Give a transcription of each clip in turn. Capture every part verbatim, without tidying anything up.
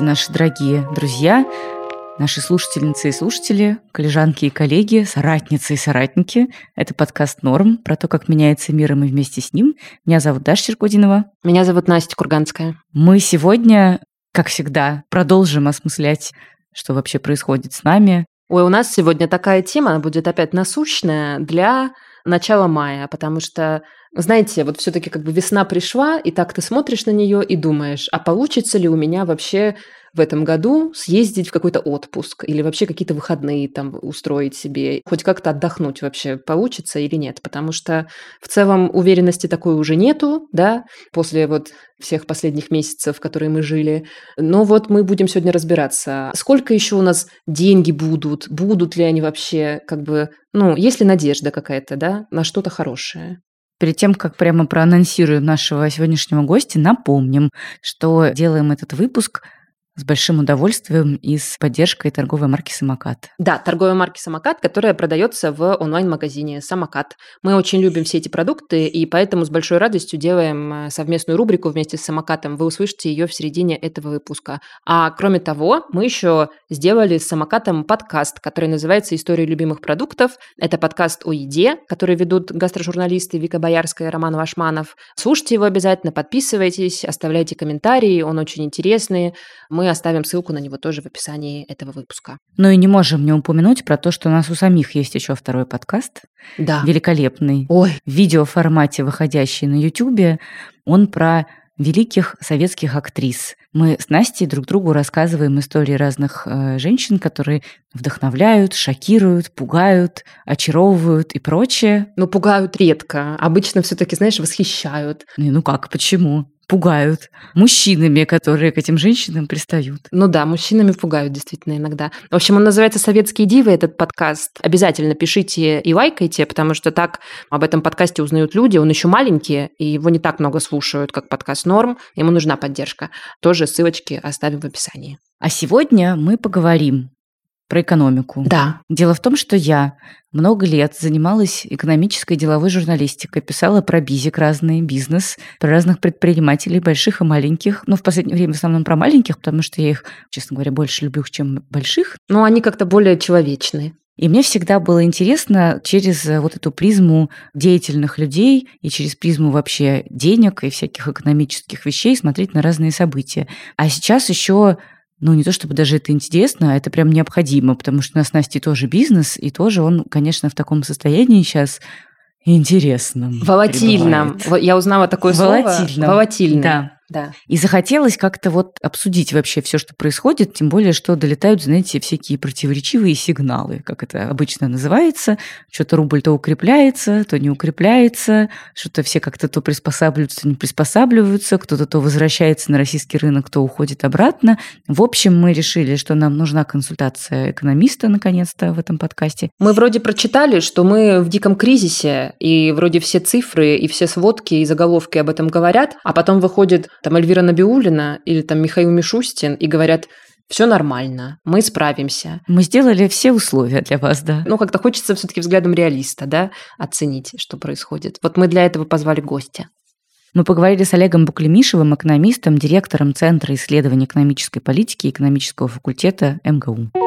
наши дорогие друзья, наши слушательницы и слушатели, коллежанки и коллеги, соратницы и соратники. Это подкаст «Норм» про то, как меняется мир, и мы вместе с ним. Меня зовут Даша Черкудинова. Меня зовут Настя Курганская. Мы сегодня, как всегда, продолжим осмыслять, что вообще происходит с нами. Ой, у нас сегодня такая тема, она будет опять насущная для начала мая, потому что, знаете, вот все-таки как бы весна пришла, и так ты смотришь на нее и думаешь, а получится ли у меня вообще в этом году съездить в какой-то отпуск или вообще какие-то выходные там устроить себе, хоть как-то отдохнуть вообще получится или нет, потому что в целом уверенности такой уже нету, да, после вот всех последних месяцев, в которые мы жили. Но вот мы будем сегодня разбираться, сколько еще у нас деньги будут, будут ли они вообще, как бы, ну, есть ли надежда какая-то, да, на что-то хорошее. Перед тем, как прямо проанонсируем нашего сегодняшнего гостя, напомним, что делаем этот выпуск с большим удовольствием и с поддержкой торговой марки «Самокат». Да, торговой марки «Самокат», которая продается в онлайн-магазине «Самокат». Мы очень любим все эти продукты, и поэтому с большой радостью делаем совместную рубрику вместе с «Самокатом». Вы услышите ее в середине этого выпуска. А кроме того, мы еще сделали с «Самокатом» подкаст, который называется «История любимых продуктов». Это подкаст о еде, который ведут гастрожурналисты Вика Боярская и Роман Вашманов. Слушайте его обязательно, подписывайтесь, оставляйте комментарии, он очень интересный. Мы оставим ссылку на него тоже в описании этого выпуска. Ну и не можем не упомянуть про то, что у нас у самих есть еще второй подкаст. Да. Великолепный. Ой. В видеоформате, выходящий на Ютубе. Он про великих советских актрис. Мы с Настей друг другу рассказываем истории разных э, женщин, которые вдохновляют, шокируют, пугают, очаровывают и прочее. Ну, пугают редко. Обычно все-таки, знаешь, восхищают. Ну как, почему? Пугают. Мужчинами, которые к этим женщинам пристают. Ну да, мужчинами пугают действительно иногда. В общем, он называется «Советские дивы», этот подкаст. Обязательно пишите и лайкайте, потому что так об этом подкасте узнают люди. Он еще маленький, и его не так много слушают, как подкаст «Норм». Ему нужна поддержка. Тоже ссылочки оставим в описании. А сегодня мы поговорим про экономику. Да. Дело в том, что я много лет занималась экономической деловой журналистикой, писала про бизик разный, бизнес, про разных предпринимателей, больших и маленьких. Но в последнее время в основном про маленьких, потому что я их, честно говоря, больше люблю, чем больших. Но они как-то более человечные. И мне всегда было интересно через вот эту призму деятельных людей и через призму вообще денег и всяких экономических вещей смотреть на разные события. А сейчас еще... Ну, не то чтобы даже это интересно, а это прям необходимо, потому что у нас с Настей тоже бизнес, и тоже он, конечно, в таком состоянии сейчас интересном. Волатильном. Пребывает. Я узнала такое Волатильном. слово. Волатильным. Да. Да. И захотелось как-то вот обсудить вообще все, что происходит, тем более, что долетают, знаете, всякие противоречивые сигналы, как это обычно называется. Что-то рубль то укрепляется, то не укрепляется, что-то все как-то то приспосабливаются, то не приспосабливаются, кто-то то возвращается на российский рынок, то уходит обратно. В общем, мы решили, что нам нужна консультация экономиста, наконец-то, в этом подкасте. Мы вроде прочитали, что мы в диком кризисе, и вроде все цифры и все сводки и заголовки об этом говорят, а потом выходит там Эльвира Набиуллина или там Михаил Мишустин и говорят: все нормально, мы справимся. Мы сделали все условия для вас, да. Ну, как-то хочется все-таки взглядом реалиста, да, оценить, что происходит. Вот мы для этого позвали гостя. Мы поговорили с Олегом Буклемишевым, экономистом, директором Центра исследований экономической политики и экономического факультета эм гэ у.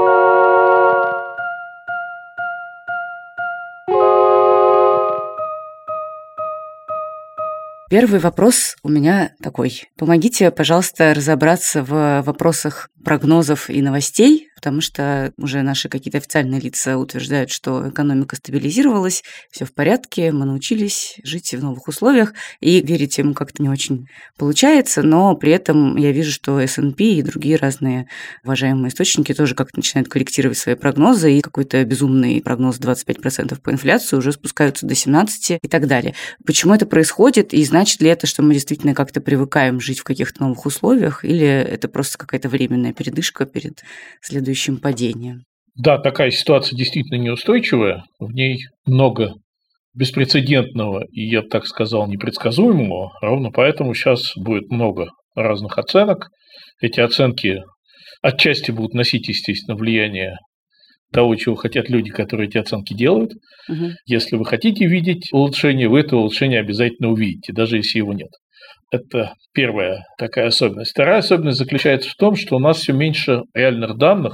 Первый вопрос у меня такой. Помогите, пожалуйста, разобраться в вопросах прогнозов и новостей, потому что уже наши какие-то официальные лица утверждают, что экономика стабилизировалась, все в порядке, мы научились жить в новых условиях, и верить им как-то не очень получается, но при этом я вижу, что эс энд пи и другие разные уважаемые источники тоже как-то начинают корректировать свои прогнозы, и какой-то безумный прогноз двадцать пять процентов по инфляции уже спускаются до семнадцати процентов и так далее. Почему это происходит, и значит ли это, что мы действительно как-то привыкаем жить в каких-то новых условиях, или это просто какая-то временная передышка перед следующим падением? Да, такая ситуация действительно неустойчивая, в ней много беспрецедентного и, я бы так сказал, непредсказуемого, ровно поэтому сейчас будет много разных оценок. Эти оценки отчасти будут носить, естественно, влияние того, чего хотят люди, которые эти оценки делают. Угу. Если вы хотите видеть улучшение, вы это улучшение обязательно увидите, даже если его нет. Это первая такая особенность. Вторая особенность заключается в том, что у нас все меньше реальных данных,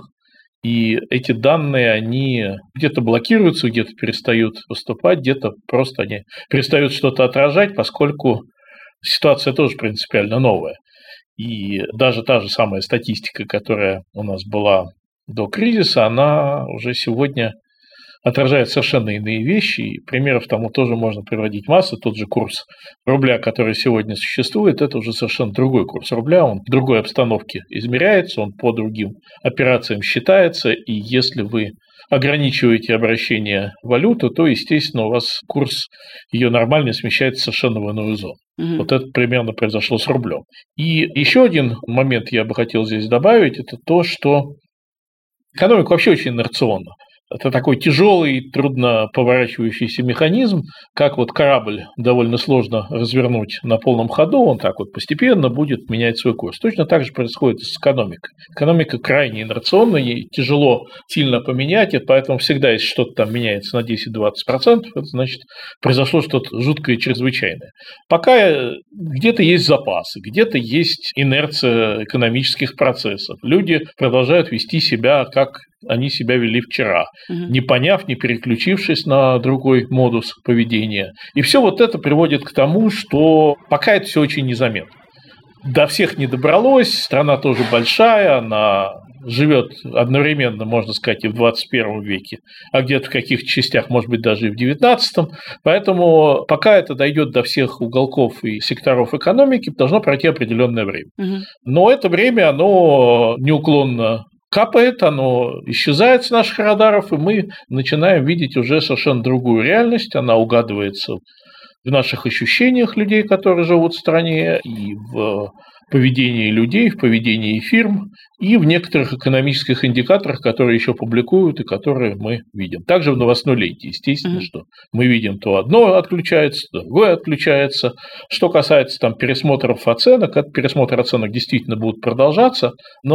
и эти данные, они где-то блокируются, где-то перестают поступать, где-то просто они перестают что-то отражать, поскольку ситуация тоже принципиально новая. И даже та же самая статистика, которая у нас была до кризиса, она уже сегодня отражает совершенно иные вещи, и примеров тому тоже можно приводить массу. Тот же курс рубля, который сегодня существует, это уже совершенно другой курс рубля, он в другой обстановке измеряется, он по другим операциям считается, и если вы ограничиваете обращение валюты, то, естественно, у вас курс ее нормально смещается совершенно в иную зону. Mm-hmm. Вот это примерно произошло с рублем. И еще один момент я бы хотел здесь добавить, это то, что экономика вообще очень инерционна. Это такой тяжелый, трудно поворачивающийся механизм, как вот корабль довольно сложно развернуть на полном ходу, он так вот постепенно будет менять свой курс. Точно так же происходит и с экономикой. Экономика крайне инерционна, ей тяжело сильно поменять, и поэтому всегда, если что-то там меняется на десять-двадцать процентов, это значит, произошло что-то жуткое и чрезвычайное. Пока где-то есть запасы, где-то есть инерция экономических процессов. Люди продолжают вести себя, как они себя вели вчера, угу. не поняв, не переключившись на другой модус поведения. И все вот это приводит к тому, что пока это все очень незаметно. До всех не добралось, страна тоже большая, она живет одновременно, можно сказать, и в двадцать первом веке, а где-то в каких-то частях, может быть, даже и в девятнадцатом. Поэтому пока это дойдет до всех уголков и секторов экономики, должно пройти определенное время. Угу. Но это время, оно неуклонно капает, оно исчезает с наших радаров, и мы начинаем видеть уже совершенно другую реальность. Она угадывается в наших ощущениях людей, которые живут в стране, и в поведении людей, в поведении фирм, и в некоторых экономических индикаторах, которые еще публикуют и которые мы видим. Также в новостной ленте, естественно, mm-hmm. что мы видим то одно отключается, то другое отключается. Что касается там пересмотров оценок, этот пересмотр оценок действительно будет продолжаться,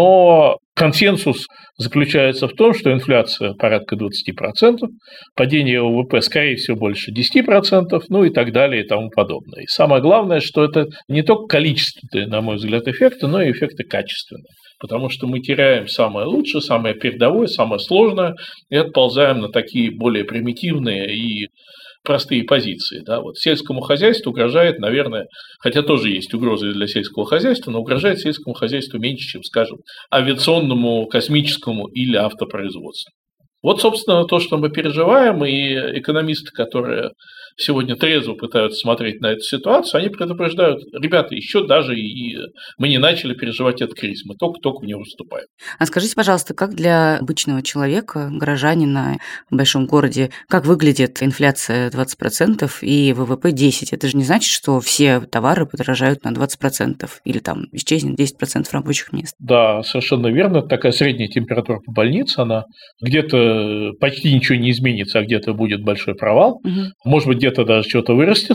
но консенсус заключается в том, что инфляция порядка двадцать процентов, падение ВВП, скорее всего, больше десять процентов, ну и так далее и тому подобное. И самое главное, что это не только количественные, на мой взгляд, эффекты, но и эффекты качественные. Потому что мы теряем самое лучшее, самое передовое, самое сложное и отползаем на такие более примитивные и простые позиции. Да? Вот сельскому хозяйству угрожает, наверное, хотя тоже есть угрозы для сельского хозяйства, но угрожает сельскому хозяйству меньше, чем, скажем, авиационному, космическому или автопроизводству. Вот, собственно, то, что мы переживаем, и экономисты, которые сегодня трезво пытаются смотреть на эту ситуацию, они предупреждают, ребята, еще даже и мы не начали переживать этот кризис, мы только-только в него вступаем. А скажите, пожалуйста, как для обычного человека, горожанина в большом городе, как выглядит инфляция двадцать процентов и ВВП десять процентов? Это же не значит, что все товары подорожают на двадцать процентов или там исчезнет десять процентов рабочих мест. Да, совершенно верно. Это такая средняя температура по больнице, она где-то почти ничего не изменится, а где-то будет большой провал. Угу. Может быть, где-то даже что-то вырастет,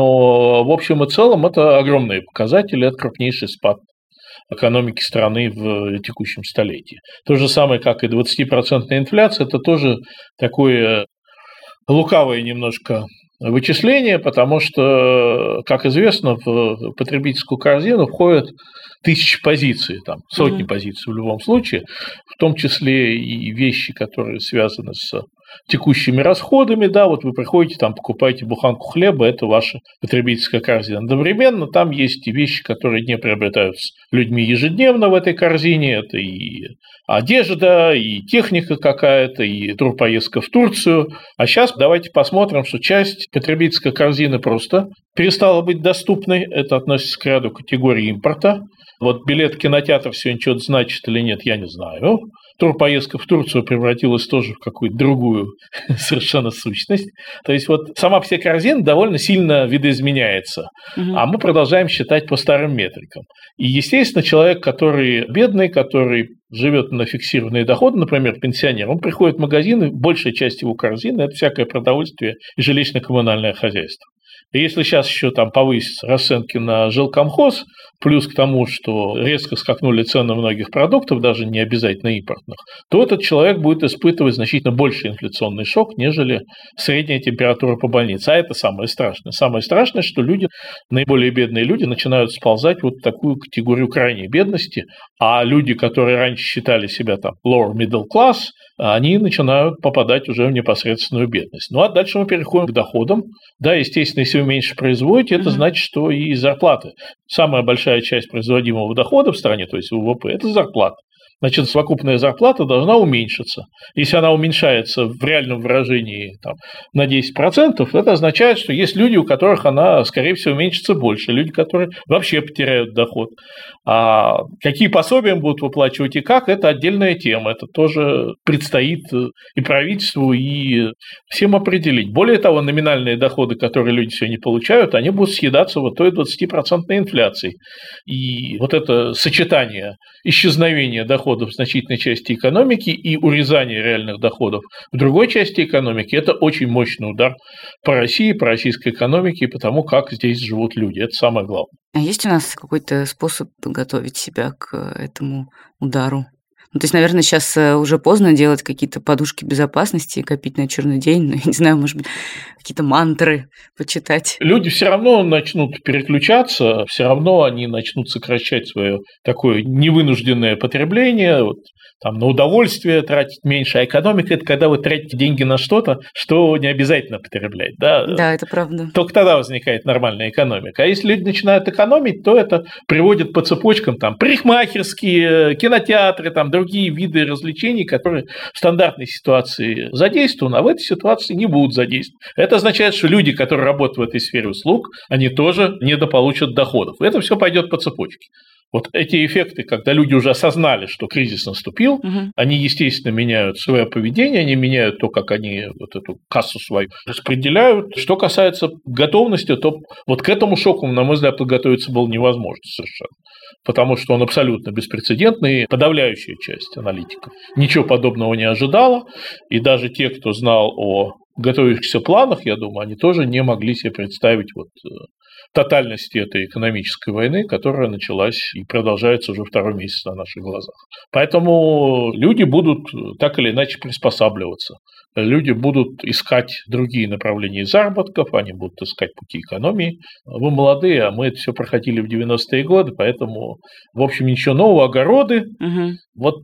но в общем и целом это огромные показатели, это крупнейший спад экономики страны в текущем столетии. То же самое, как и двадцатипроцентная инфляция, это тоже такое лукавое немножко вычисление, потому что, как известно, в потребительскую корзину входят тысячи позиций, там, сотни mm-hmm. позиций в любом случае, в том числе и вещи, которые связаны с текущими расходами, да, вот вы приходите, там, покупаете буханку хлеба, это ваша потребительская корзина. Одновременно там есть и вещи, которые не приобретаются людьми ежедневно в этой корзине, это и одежда, и техника какая-то, и турпоездка в Турцию. А сейчас давайте посмотрим, что часть потребительской корзины просто перестала быть доступной, это относится к ряду категорий импорта. Вот билет в кинотеатр сегодня что-то значит или нет, я не знаю. Турпоездка в Турцию превратилась тоже в какую-то другую совершенно сущность. То есть вот сама вся корзина довольно сильно видоизменяется, угу. а мы продолжаем считать по старым метрикам. И, естественно, человек, который бедный, который живет на фиксированные доходы, например, пенсионер, он приходит в магазин, и большая часть его корзины – это всякое продовольствие и жилищно-коммунальное хозяйство. И если сейчас еще там повысятся расценки на жилкомхоз, плюс к тому, что резко скакнули цены многих продуктов, даже не обязательно импортных, то этот человек будет испытывать значительно больше инфляционный шок, нежели средняя температура по больнице. А это самое страшное. Самое страшное, что люди, наиболее бедные люди, начинают сползать вот в такую категорию крайней бедности, а люди, которые раньше считали себя там lower middle class, они начинают попадать уже в непосредственную бедность. Ну а дальше мы переходим к доходам. Да, естественно, если вы меньше производите, это mm-hmm. значит, что и зарплаты. Самая большая часть производимого дохода в стране, то есть ВВП, это зарплата. Значит, совокупная зарплата должна уменьшиться. Если она уменьшается в реальном выражении там, на десять процентов, это означает, что есть люди, у которых она, скорее всего, уменьшится больше, люди, которые вообще потеряют доход. А какие пособия им будут выплачивать и как, это отдельная тема. Это тоже предстоит и правительству, и всем определить. Более того, номинальные доходы, которые люди сегодня получают, они будут съедаться вот той двадцатипроцентной инфляцией. И вот это сочетание исчезновения доходов в значительной части экономики и урезание реальных доходов в другой части экономики – это очень мощный удар по России, по российской экономике и по тому, как здесь живут люди. Это самое главное. А есть у нас какой-то способ готовить себя к этому удару? Ну, то есть, наверное, сейчас уже поздно делать какие-то подушки безопасности и копить на черный день, ну, я не знаю, может быть, какие-то мантры почитать. Люди все равно начнут переключаться, все равно они начнут сокращать свое такое невынужденное потребление, вот, там, на удовольствие тратить меньше, а экономика – это когда вы тратите деньги на что-то, что не обязательно потреблять. Да? Да, это правда. Только тогда возникает нормальная экономика. А если люди начинают экономить, то это приводит по цепочкам там, парикмахерские, кинотеатры, там, другие виды развлечений, которые в стандартной ситуации задействованы, а в этой ситуации не будут задействованы. Это означает, что люди, которые работают в этой сфере услуг, они тоже недополучат доходов. И это все пойдет по цепочке. Вот эти эффекты, когда люди уже осознали, что кризис наступил, угу. они, естественно, меняют свое поведение, они меняют то, как они вот эту кассу свою распределяют. Что касается готовности, то вот к этому шоку, на мой взгляд, подготовиться было невозможно совершенно. Потому что он абсолютно беспрецедентный, и подавляющая часть аналитиков ничего подобного не ожидала, и даже те, кто знал о готовящихся планах, я думаю, они тоже не могли себе представить вот тотальности этой экономической войны, которая началась и продолжается уже второй месяц на наших глазах. Поэтому люди будут так или иначе приспосабливаться. Люди будут искать другие направления заработков, они будут искать пути экономии. Вы молодые, а мы это все проходили в девяностые годы, поэтому, в общем, ничего нового, огороды. Угу. Вот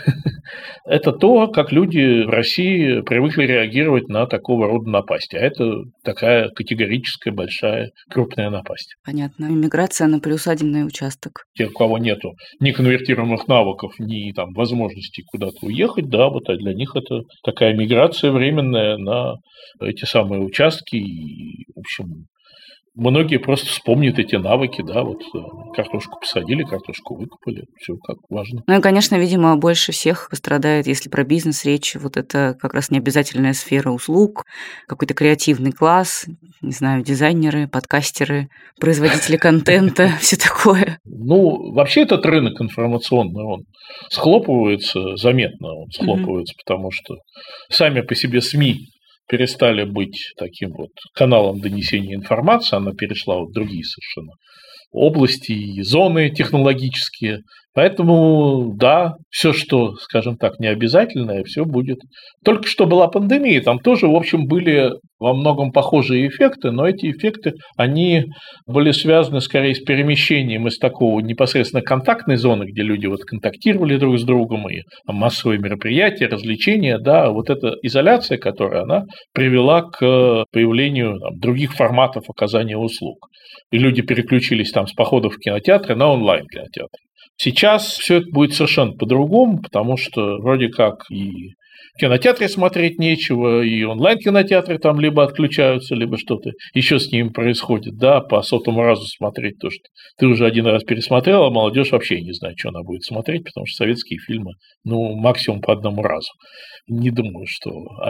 это то, как люди в России привыкли реагировать на такого рода напасти. А это такая категорическая, большая, крупная напасть. Понятно. Иммиграция на приусадебный участок. Те, у кого нету ни конвертируемых навыков, ни там возможности куда-то уехать, да, вот а для них это такая миграция временная на эти самые участки. И, в общем, многие просто вспомнят эти навыки, да, вот картошку посадили, картошку выкопали, все как важно. Ну и, конечно, видимо, больше всех пострадает, если про бизнес речь, вот это как раз необязательная сфера услуг, какой-то креативный класс, не знаю, дизайнеры, подкастеры, производители контента, все такое. Ну, вообще этот рынок информационный, он схлопывается заметно, он схлопывается, потому что сами по себе СМИ перестали быть таким вот каналом донесения информации, она перешла в другие совершенно области и зоны технологические. Поэтому, да, все, что, скажем так, необязательное, все будет. Только что была пандемия, там тоже, в общем, были во многом похожие эффекты, но эти эффекты, они были связаны скорее с перемещением из такого непосредственно контактной зоны, где люди вот контактировали друг с другом, и массовые мероприятия, развлечения, да, вот эта изоляция, которая она привела к появлению там, других форматов оказания услуг. И люди переключились там с походов в кинотеатры на онлайн-кинотеатры. Сейчас все это будет совершенно по-другому, потому что вроде как и в кинотеатре смотреть нечего, и онлайн-кинотеатры там либо отключаются, либо что-то еще с ними происходит, да, по сотому разу смотреть то, что ты уже один раз пересмотрел, а молодежь вообще не знает, что она будет смотреть, потому что советские фильмы, ну, максимум по одному разу. Не думаю, что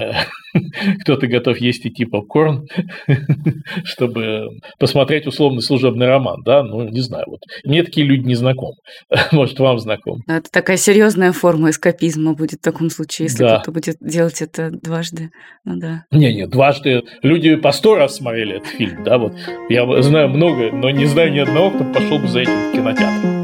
кто-то готов есть идти попкорн, чтобы посмотреть условный служебный роман, да, ну, не знаю, вот мне такие люди не знакомы, может, вам знакомы. Это такая серьезная форма эскапизма будет в таком случае, если да, Да. кто будет делать это дважды. Ну да. Не-не, дважды. Люди по сто раз смотрели этот фильм, да, вот. Я знаю много, но не знаю ни одного, кто пошел бы за этим в кинотеатр.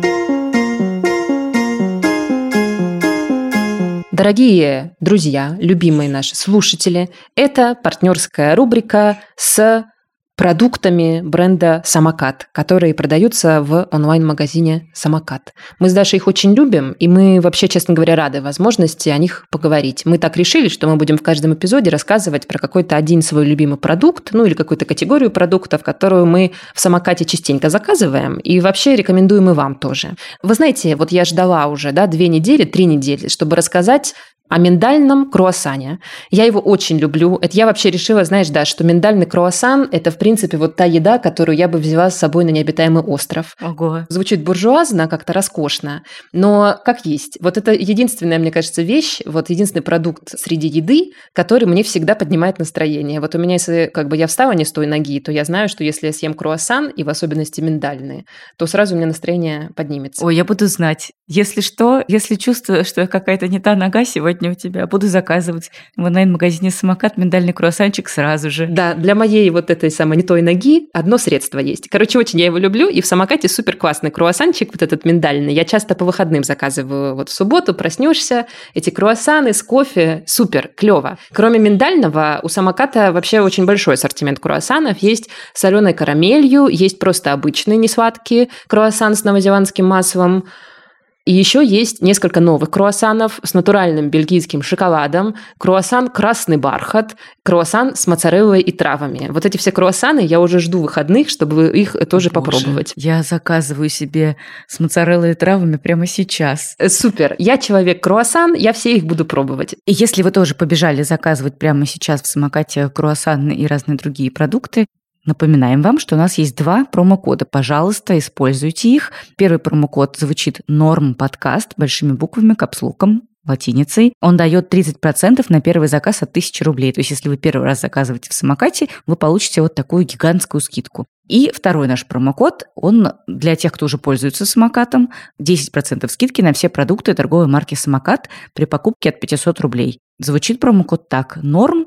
Дорогие друзья, любимые наши слушатели, это партнерская рубрика с продуктами бренда «Самокат», которые продаются в онлайн-магазине «Самокат». Мы с Дашей их очень любим, и мы вообще, честно говоря, рады возможности о них поговорить. Мы так решили, что мы будем в каждом эпизоде рассказывать про какой-то один свой любимый продукт, ну или какую-то категорию продуктов, которую мы в «Самокате» частенько заказываем, и вообще рекомендуем и вам тоже. Вы знаете, вот я ждала уже да, две недели, три недели, чтобы рассказать о миндальном круассане. Я его очень люблю. Это я вообще решила, знаешь, да, что миндальный круассан – это, в принципе, вот та еда, которую я бы взяла с собой на необитаемый остров. Ого. Звучит буржуазно, как-то роскошно, но как есть. Вот это единственная, мне кажется, вещь, вот единственный продукт среди еды, который мне всегда поднимает настроение. Вот у меня, если как бы я встала не с той ноги, то я знаю, что если я съем круассан, и в особенности миндальные, то сразу у меня настроение поднимется. Ой, я буду знать. Если что, если чувствую, что какая-то не та нога сегодня у тебя, буду заказывать в онлайн-магазине «Самокат» миндальный круассанчик сразу же. Да, для моей вот этой самой не той ноги одно средство есть. Короче, очень я его люблю, и в «Самокате» супер классный круассанчик, вот этот миндальный. Я часто по выходным заказываю. Вот в субботу проснешься, эти круассаны с кофе, супер, клево. Кроме миндального, у «Самоката» вообще очень большой ассортимент круассанов. Есть с соленой карамелью, есть просто обычные несладкие круассан с новозеландским маслом. И еще есть несколько новых круассанов с натуральным бельгийским шоколадом, круассан «Красный бархат», круассан с моцареллой и травами. Вот эти все круассаны я уже жду выходных, чтобы их тоже Боже, попробовать. Я заказываю себе с моцареллой и травами прямо сейчас. Супер. Я человек-круассан, я все их буду пробовать. И если вы тоже побежали заказывать прямо сейчас в «Самокате» круассаны и разные другие продукты, напоминаем вам, что у нас есть два промокода. Пожалуйста, используйте их. Первый промокод звучит «Норм-подкаст» большими буквами, капслоком, латиницей. Он дает тридцать процентов на первый заказ от тысячи рублей. То есть, если вы первый раз заказываете в «Самокате», вы получите вот такую гигантскую скидку. И второй наш промокод, он для тех, кто уже пользуется «Самокатом», десять процентов скидки на все продукты торговой марки «Самокат» при покупке от пятьсот рублей. Звучит промокод так: «Норм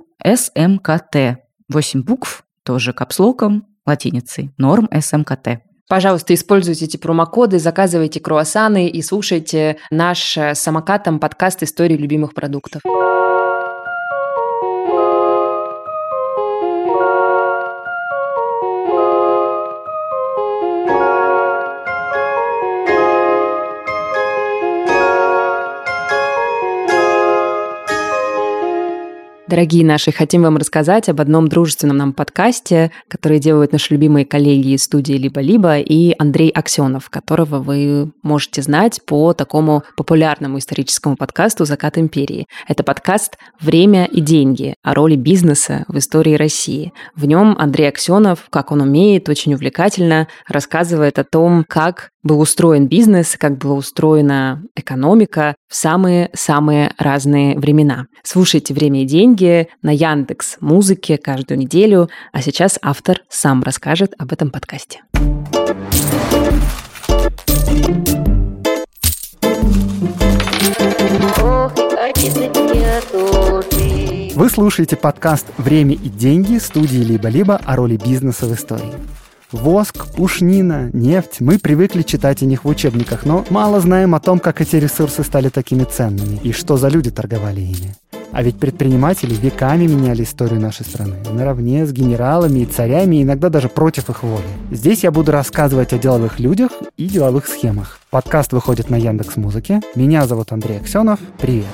СМКТ». восемь букв, тоже капслоком, латиницей. Норм СМКТ. Пожалуйста, используйте эти промокоды, заказывайте круассаны и слушайте наш с «Самокатом» подкаст «Истории любимых продуктов». Дорогие наши, хотим вам рассказать об одном дружественном нам подкасте, который делают наши любимые коллеги из студии «Либо-либо» и Андрей Аксенов, которого вы можете знать по такому популярному историческому подкасту «Закат империи». Это подкаст «Время и деньги» о роли бизнеса в истории России. В нем Андрей Аксенов, как он умеет, очень увлекательно рассказывает о том, как был устроен бизнес, как была устроена экономика в самые-самые разные времена. Слушайте «Время и деньги» на Яндекс.Музыке каждую неделю, а сейчас автор сам расскажет об этом подкасте. Вы слушаете подкаст «Время и деньги» студии «Либо-либо» о роли бизнеса в истории. Воск, пушнина, нефть. Мы привыкли читать о них в учебниках, но мало знаем о том, как эти ресурсы стали такими ценными и что за люди торговали ими. А ведь предприниматели веками меняли историю нашей страны, наравне с генералами и царями, иногда даже против их воли. Здесь я буду рассказывать о деловых людях и деловых схемах. Подкаст выходит на Яндекс.Музыке. Меня зовут Андрей Аксенов. Привет.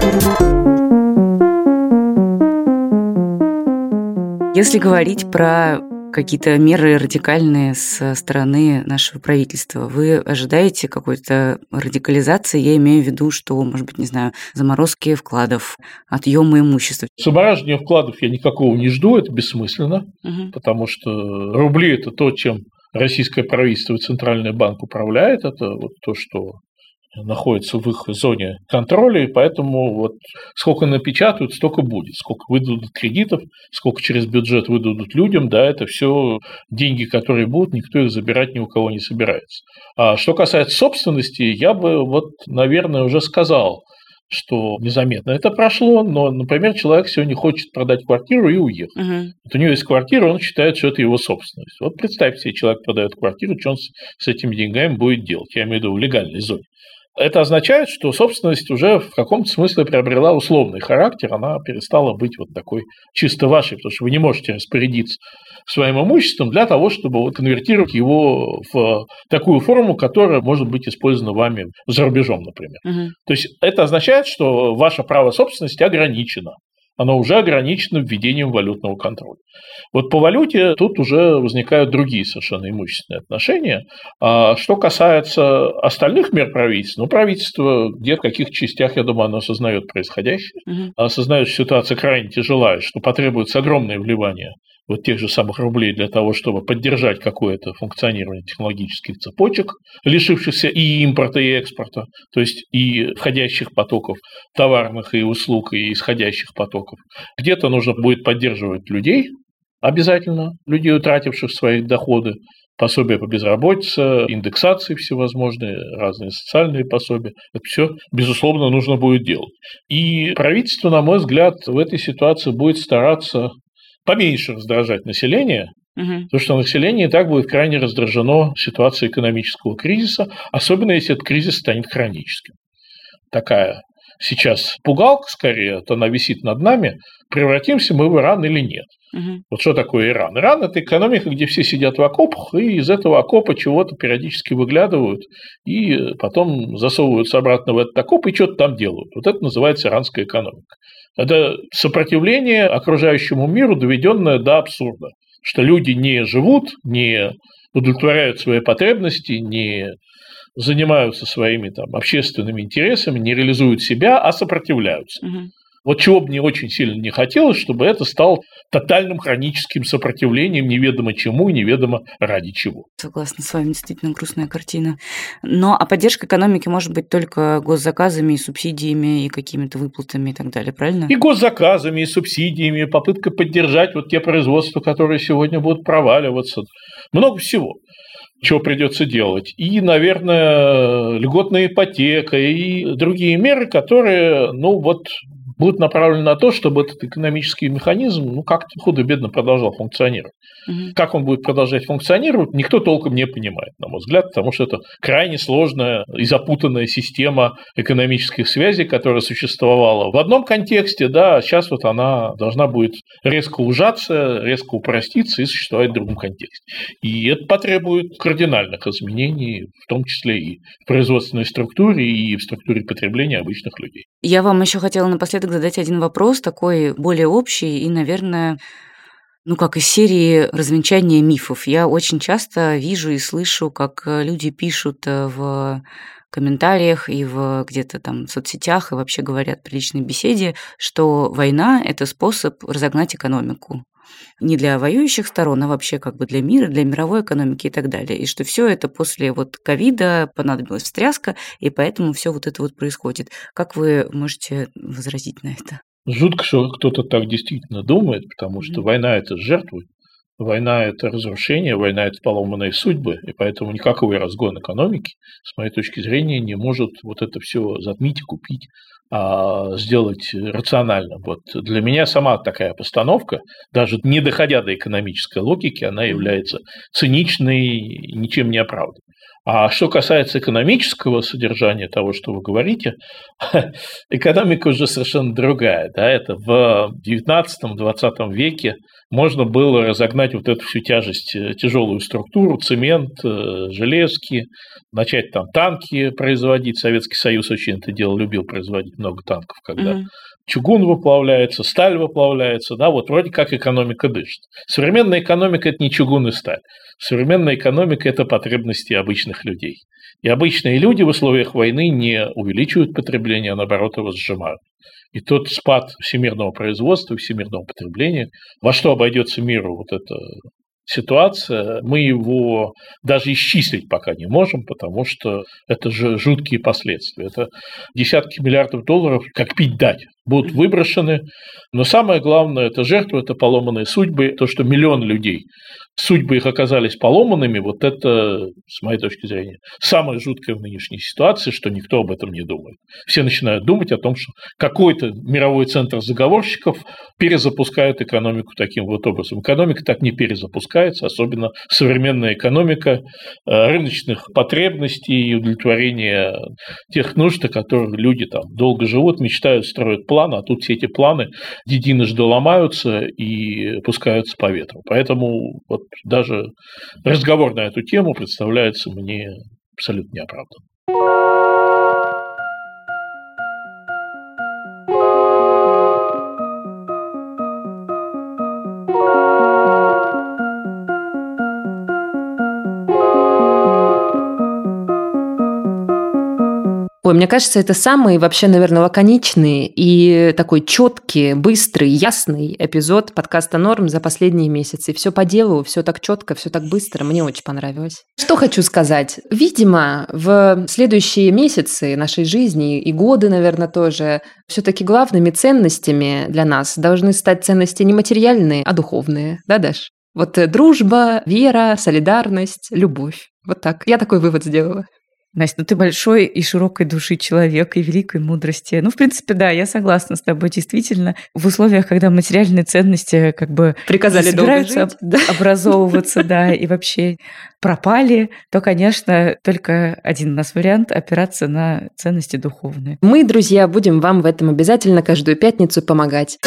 Если говорить про какие-то меры радикальные со стороны нашего правительства, вы ожидаете какой-то радикализации? Я имею в виду, что, может быть, не знаю, заморозки вкладов, отъемы имущества. Замораживания вкладов я никакого не жду, это бессмысленно, угу. Потому что рубли – это то, чем российское правительство и Центральный банк управляет, это вот то, что находится в их зоне контроля, и поэтому вот сколько напечатают, столько будет. Сколько выдадут кредитов, сколько через бюджет выдадут людям, да, это все деньги, которые будут, никто их забирать ни у кого не собирается. А что касается собственности, я бы, вот, наверное, уже сказал, что незаметно это прошло, но, например, человек сегодня хочет продать квартиру и уехать. Угу. Вот у него есть квартира, он считает, что это его собственность. Вот представьте себе, человек продает квартиру, что он с, с этими деньгами будет делать, я имею в виду в легальной зоне. Это означает, что собственность уже в каком-то смысле приобрела условный характер, она перестала быть вот такой чисто вашей, потому что вы не можете распорядиться своим имуществом для того, чтобы конвертировать его в такую форму, которая может быть использована вами за рубежом, например. Угу. То есть это означает, что ваше право собственности ограничено. Оно уже ограничено введением валютного контроля. Вот по валюте тут уже возникают другие совершенно имущественные отношения. А что касается остальных мер правительства, ну, правительство где в каких частях, я думаю, оно осознает происходящее, угу. осознает, что ситуация крайне тяжелая, что потребуется огромное вливание вот тех же самых рублей для того, чтобы поддержать какое-то функционирование технологических цепочек, лишившихся и импорта, и экспорта, то есть и входящих потоков товарных и услуг, и исходящих потоков. Где-то нужно будет поддерживать людей, обязательно, людей, утративших свои доходы, пособия по безработице, индексации всевозможные, разные социальные пособия. Это все, безусловно, нужно будет делать. И правительство, на мой взгляд, в этой ситуации будет стараться поменьше раздражать население, угу. потому что население и так будет крайне раздражено ситуацией экономического кризиса, особенно если этот кризис станет хроническим. Такая сейчас пугалка, скорее, то она висит над нами, превратимся мы в Иран или нет. Угу. Вот что такое Иран? Иран – это экономика, где все сидят в окопах, и из этого окопа чего-то периодически выглядывают, и потом засовываются обратно в этот окоп и что-то там делают. Вот это называется иранская экономика. Это сопротивление окружающему миру, доведенное до абсурда, что люди не живут, не удовлетворяют свои потребности, не занимаются своими там, общественными интересами, не реализуют себя, а сопротивляются. Угу. Вот чего бы мне очень сильно не хотелось, чтобы это стало тотальным хроническим сопротивлением неведомо чему и неведомо ради чего. Согласна с вами, действительно грустная картина. Но а поддержка экономики может быть только госзаказами и субсидиями, и какими-то выплатами и так далее, правильно? И госзаказами, и субсидиями, попытка поддержать вот те производства, которые сегодня будут проваливаться. Много всего. Чего придется делать. И, наверное, льготная ипотека и другие меры, которые, ну вот, будут направлены на то, чтобы этот экономический механизм, ну, как-то худо-бедно продолжал функционировать. Угу. Как он будет продолжать функционировать, никто толком не понимает, на мой взгляд, потому что это крайне сложная и запутанная система экономических связей, которая существовала в одном контексте, да, а сейчас вот она должна будет резко ужаться, резко упроститься и существовать в другом контексте. И это потребует кардинальных изменений, в том числе и в производственной структуре, и в структуре потребления обычных людей. Я вам еще хотела напоследок задать один вопрос, такой более общий и, наверное, ну, как из серии развенчания мифов. Я очень часто вижу и слышу, как люди пишут в комментариях и в где-то там в соцсетях и вообще говорят при личной беседе, что война – это способ разогнать экономику. Не для воюющих сторон, а вообще как бы для мира, для мировой экономики и так далее. И что все это после вот ковида понадобилась встряска, и поэтому все вот это вот происходит. Как вы можете возразить на это? Жутко, что кто-то так действительно думает, потому что mm-hmm. война – это жертвы, война – это разрушение, война – это поломанные судьбы, и поэтому никакой разгон экономики, с моей точки зрения, не может вот это все затмить и купить, а сделать рационально. Вот для меня сама такая постановка, даже не доходя до экономической логики, она является циничной и ничем не оправданной. А что касается экономического содержания того, что вы говорите, экономика уже совершенно другая. Да? Это в девятнадцатом-двадцатом веке можно было разогнать вот эту всю тяжесть, тяжелую структуру, цемент, железки, начать там танки производить. Советский Союз очень это дело любил, производить много танков, когда mm-hmm. чугун выплавляется, сталь выплавляется, да, вот вроде как экономика дышит. Современная экономика – это не чугун и сталь. Современная экономика – это потребности обычных людей. И обычные люди в условиях войны не увеличивают потребление, а наоборот его сжимают. И тот спад всемирного производства, всемирного потребления, во что обойдется миру вот эта ситуация, мы его даже исчислить пока не можем, потому что это же жуткие последствия. Это десятки миллиардов долларов, как пить дать, будут выброшены. Но самое главное – это жертвы, это поломанные судьбы. То, что миллион людей, судьбы их оказались поломанными, вот это, с моей точки зрения, самое жуткое в нынешней ситуации, что никто об этом не думает. Все начинают думать о том, что какой-то мировой центр заговорщиков перезапускает экономику таким вот образом. Экономика так не перезапускается, особенно современная экономика рыночных потребностей и удовлетворения тех нужд, о которых люди там долго живут, мечтают, строят планы, а тут все эти планы единожды ломаются и пускаются по ветру. Поэтому вот даже разговор на эту тему представляется мне абсолютно неоправданным. Ой, мне кажется, это самый вообще, наверное, лаконичный и такой четкий, быстрый, ясный эпизод подкаста «Норм» за последние месяцы. Все по делу, все так четко, все так быстро. Мне очень понравилось. Что хочу сказать. Видимо, в следующие месяцы нашей жизни и годы, наверное, тоже, все-таки главными ценностями для нас должны стать ценности не материальные, а духовные. Да, Даш? Вот дружба, вера, солидарность, любовь. Вот так. Я такой вывод сделала. Настя, ну ты большой и широкой души человек, и великой мудрости. Ну, в принципе, да, я согласна с тобой. Действительно, в условиях, когда материальные ценности как бы приказали собираются долго жить, да? образовываться, да, и вообще пропали, то, конечно, только один у нас вариант – опираться на ценности духовные. Мы, друзья, будем вам в этом обязательно каждую пятницу помогать.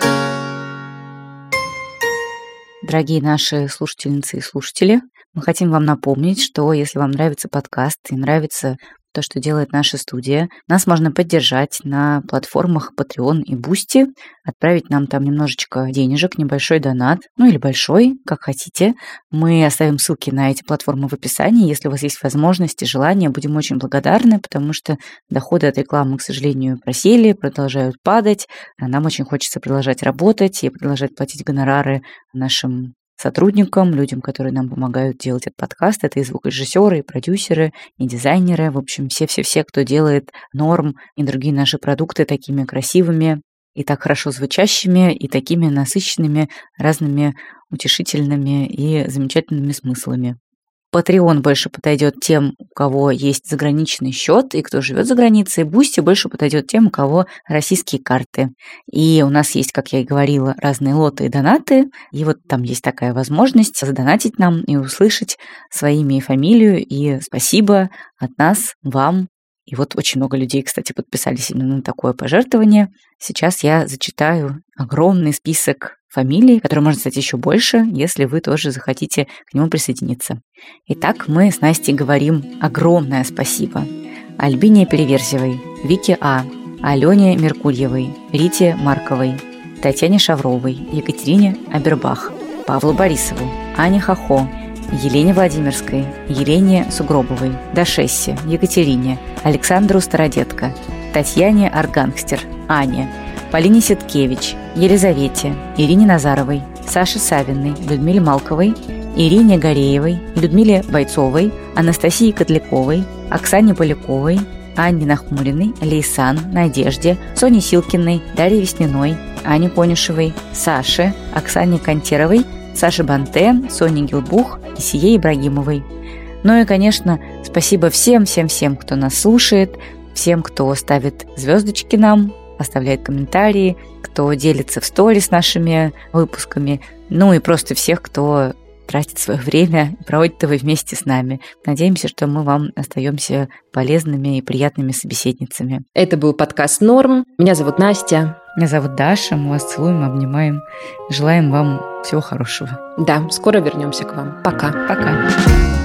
Дорогие наши слушательницы и слушатели, мы хотим вам напомнить, что если вам нравится подкаст и нравится то, что делает наша студия, нас можно поддержать на платформах Patreon и Boosty, отправить нам там немножечко денежек, небольшой донат, ну или большой, как хотите. Мы оставим ссылки на эти платформы в описании. Если у вас есть возможность и желание, будем очень благодарны, потому что доходы от рекламы, к сожалению, просели, продолжают падать. Нам очень хочется продолжать работать и продолжать платить гонорары нашим сотрудникам, людям, которые нам помогают делать этот подкаст. Это и звукорежиссеры, и продюсеры, и дизайнеры. В общем, все-все-все, кто делает Норм и другие наши продукты такими красивыми и так хорошо звучащими, и такими насыщенными разными утешительными и замечательными смыслами. Patreon больше подойдет тем, у кого есть заграничный счет и кто живет за границей. Boosty больше подойдет тем, у кого российские карты. И у нас есть, как я и говорила, разные лоты и донаты. И вот там есть такая возможность задонатить нам и услышать свое имя и фамилию. И спасибо от нас, вам. И вот очень много людей, кстати, подписались именно на такое пожертвование. Сейчас я зачитаю огромный список фамилий, который может стать еще больше, если вы тоже захотите к нему присоединиться. Итак, мы с Настей говорим огромное спасибо Альбине Переверзевой, Вике А, Алене Меркульевой, Рите Марковой, Татьяне Шавровой, Екатерине Абербах, Павлу Борисову, Ане Хохо, Елене Владимирской, Елене Сугробовой, Дашессе, Екатерине, Александру Стародетко, Татьяне Аргангстер, Ане, Полине Ситкевич, Елизавете, Ирине Назаровой, Саше Савиной, Людмиле Малковой, Ирине Гореевой, Людмиле Бойцовой, Анастасии Котляковой, Оксане Поляковой, Анне Нахмуриной, Лейсан, Надежде, Соне Силкиной, Дарье Весниной, Ане Конюшевой, Саше, Оксане Кантеровой, Саше Банте, Соне Гилбух и Сие Ибрагимовой. Ну и, конечно, спасибо всем-всем-всем, кто нас слушает, всем, кто ставит звездочки нам, оставляет комментарии, кто делится в сторис нашими выпусками, ну и просто всех, кто тратит свое время и проводит его вместе с нами. Надеемся, что мы вам остаемся полезными и приятными собеседницами. Это был подкаст «Норм». Меня зовут Настя. Меня зовут Даша. Мы вас целуем, обнимаем. Желаем вам всего хорошего. Да, скоро вернемся к вам. Пока. Пока.